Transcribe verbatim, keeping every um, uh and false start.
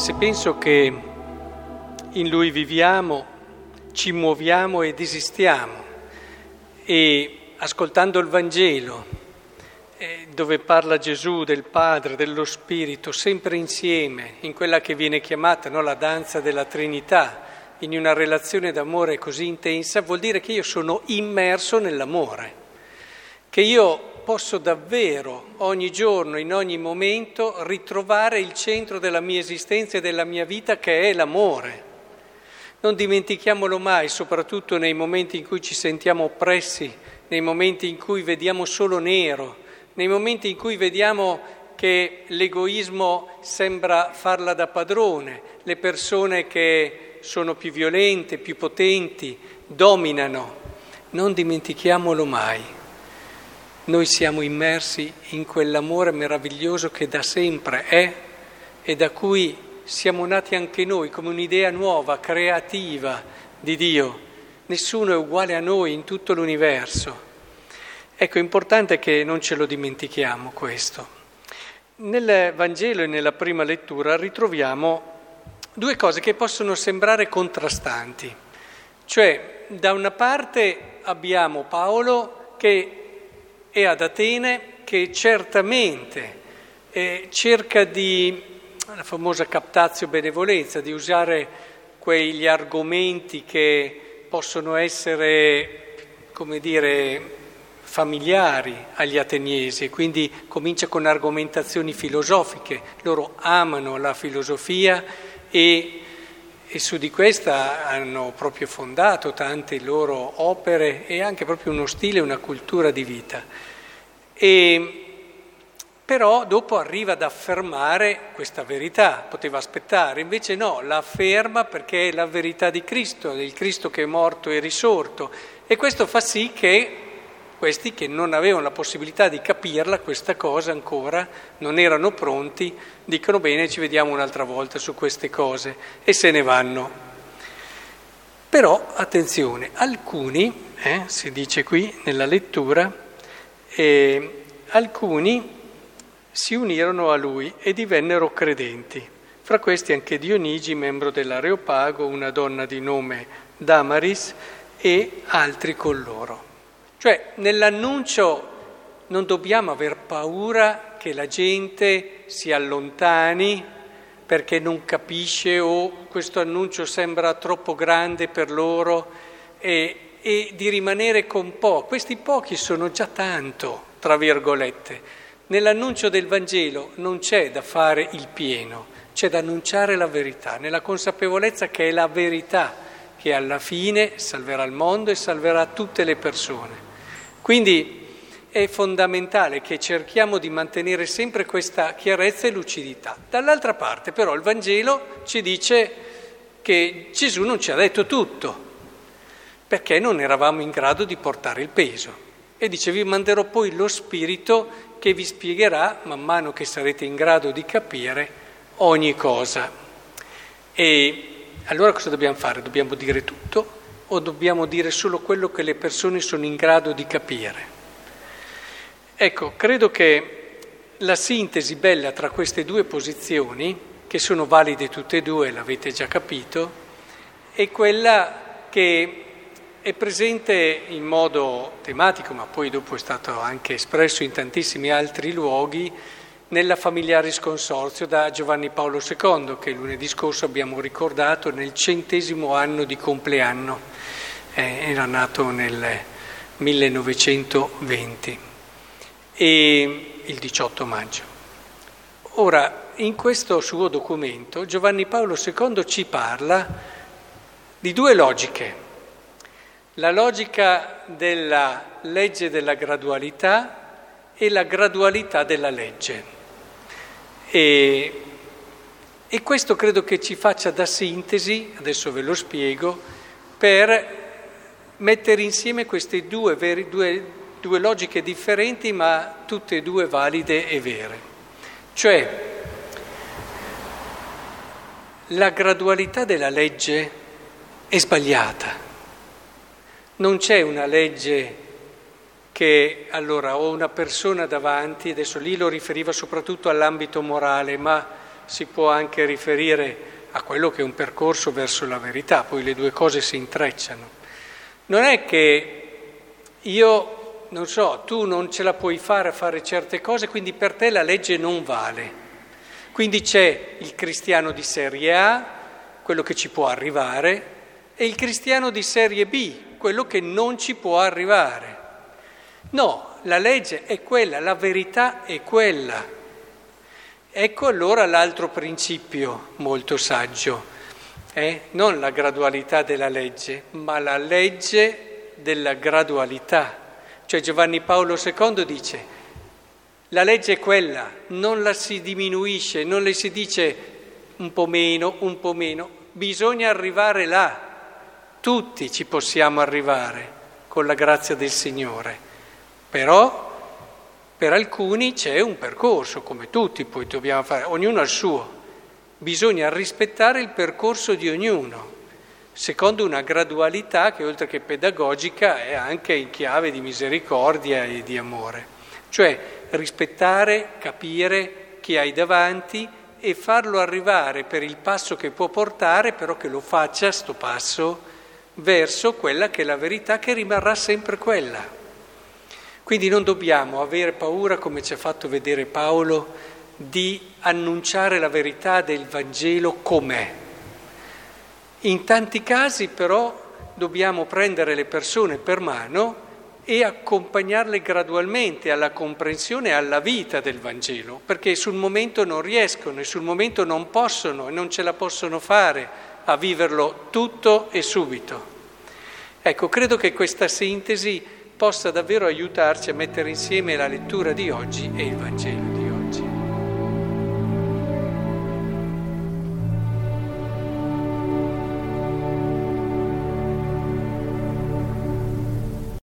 Se penso che in Lui viviamo, ci muoviamo ed esistiamo, e ascoltando il Vangelo, eh, dove parla Gesù del Padre, dello Spirito, sempre insieme, in quella che viene chiamata, no, la danza della Trinità, in una relazione d'amore così intensa, vuol dire che io sono immerso nell'amore, che io posso davvero ogni giorno, in ogni momento, ritrovare il centro della mia esistenza e della mia vita, che è l'amore. Non dimentichiamolo mai, soprattutto nei momenti in cui ci sentiamo oppressi, nei momenti in cui vediamo solo nero, nei momenti in cui vediamo che l'egoismo sembra farla da padrone, le persone che sono più violente, più potenti, dominano. Non dimentichiamolo mai. Noi siamo immersi in quell'amore meraviglioso che da sempre è e da cui siamo nati anche noi come un'idea nuova, creativa di Dio. Nessuno è uguale a noi in tutto l'universo. Ecco, è importante che non ce lo dimentichiamo questo. Nel Vangelo e nella prima lettura ritroviamo due cose che possono sembrare contrastanti. Cioè, da una parte abbiamo Paolo che è ad Atene, che certamente eh, cerca di, la famosa captatio benevolenza, di usare quegli argomenti che possono essere, come dire, familiari agli ateniesi, e quindi comincia con argomentazioni filosofiche. Loro amano la filosofia e, e su di questa hanno proprio fondato tante loro opere e anche proprio uno stile, una cultura di vita. E però dopo arriva ad affermare questa verità, poteva aspettare, invece no, la afferma perché è la verità di Cristo, del Cristo che è morto e risorto, e questo fa sì che questi che non avevano la possibilità di capirla, questa cosa ancora, non erano pronti, dicono bene, ci vediamo un'altra volta su queste cose, e se ne vanno. Però, attenzione, alcuni, eh, si dice qui nella lettura, eh, alcuni si unirono a lui e divennero credenti. Fra questi anche Dionigi, membro dell'Areopago, una donna di nome Damaris e altri con loro. Cioè, nell'annuncio non dobbiamo aver paura che la gente si allontani perché non capisce o questo annuncio sembra troppo grande per loro e, e di rimanere con poco. Questi pochi sono già tanto, tra virgolette. Nell'annuncio del Vangelo non c'è da fare il pieno, c'è da annunciare la verità, nella consapevolezza che è la verità che alla fine salverà il mondo e salverà tutte le persone. Quindi è fondamentale che cerchiamo di mantenere sempre questa chiarezza e lucidità. Dall'altra parte però il Vangelo ci dice che Gesù non ci ha detto tutto, perché non eravamo in grado di portare il peso. E dice: vi manderò poi lo Spirito che vi spiegherà, man mano che sarete in grado di capire, ogni cosa. E allora cosa dobbiamo fare? Dobbiamo dire tutto o dobbiamo dire solo quello che le persone sono in grado di capire? Ecco, credo che la sintesi bella tra queste due posizioni, che sono valide tutte e due, l'avete già capito, è quella che è presente in modo tematico, ma poi dopo è stato anche espresso in tantissimi altri luoghi, nella Familiaris Consortio da Giovanni Paolo secondo, che lunedì scorso abbiamo ricordato nel centesimo anno di compleanno, eh, era nato nel millenovecentoventi, e il diciotto maggio. Ora, in questo suo documento Giovanni Paolo secondo ci parla di due logiche. La logica della legge della gradualità e la gradualità della legge. E, e questo credo che ci faccia da sintesi, adesso ve lo spiego, per mettere insieme queste due, veri, due, due logiche differenti ma tutte e due valide e vere. Cioè, la gradualità della legge è sbagliata. Non c'è una legge che allora ho una persona davanti, adesso lì lo riferiva soprattutto all'ambito morale, ma si può anche riferire a quello che è un percorso verso la verità, poi le due cose si intrecciano. Non è che io, non so, tu non ce la puoi fare a fare certe cose, quindi per te la legge non vale. Quindi c'è il cristiano di serie A, quello che ci può arrivare, e il cristiano di serie B, quello che non ci può arrivare. No, la legge è quella, la verità è quella. Ecco allora l'altro principio molto saggio, eh? Non la gradualità della legge, ma la legge della gradualità. Cioè Giovanni Paolo secondo dice, la legge è quella, non la si diminuisce, non le si dice un po' meno, un po' meno, bisogna arrivare là. Tutti ci possiamo arrivare con la grazia del Signore, però per alcuni c'è un percorso, come tutti poi dobbiamo fare, ognuno ha il suo. Bisogna rispettare il percorso di ognuno, secondo una gradualità che oltre che pedagogica è anche in chiave di misericordia e di amore. Cioè rispettare, capire chi hai davanti e farlo arrivare per il passo che può portare, però che lo faccia, sto passo, verso quella che è la verità, che rimarrà sempre quella. Quindi non dobbiamo avere paura, come ci ha fatto vedere Paolo, di annunciare la verità del Vangelo com'è. In tanti casi però dobbiamo prendere le persone per mano e accompagnarle gradualmente alla comprensione e alla vita del Vangelo, perché sul momento non riescono e sul momento non possono e non ce la possono fare a viverlo tutto e subito. Ecco, credo che questa sintesi possa davvero aiutarci a mettere insieme la lettura di oggi e il Vangelo.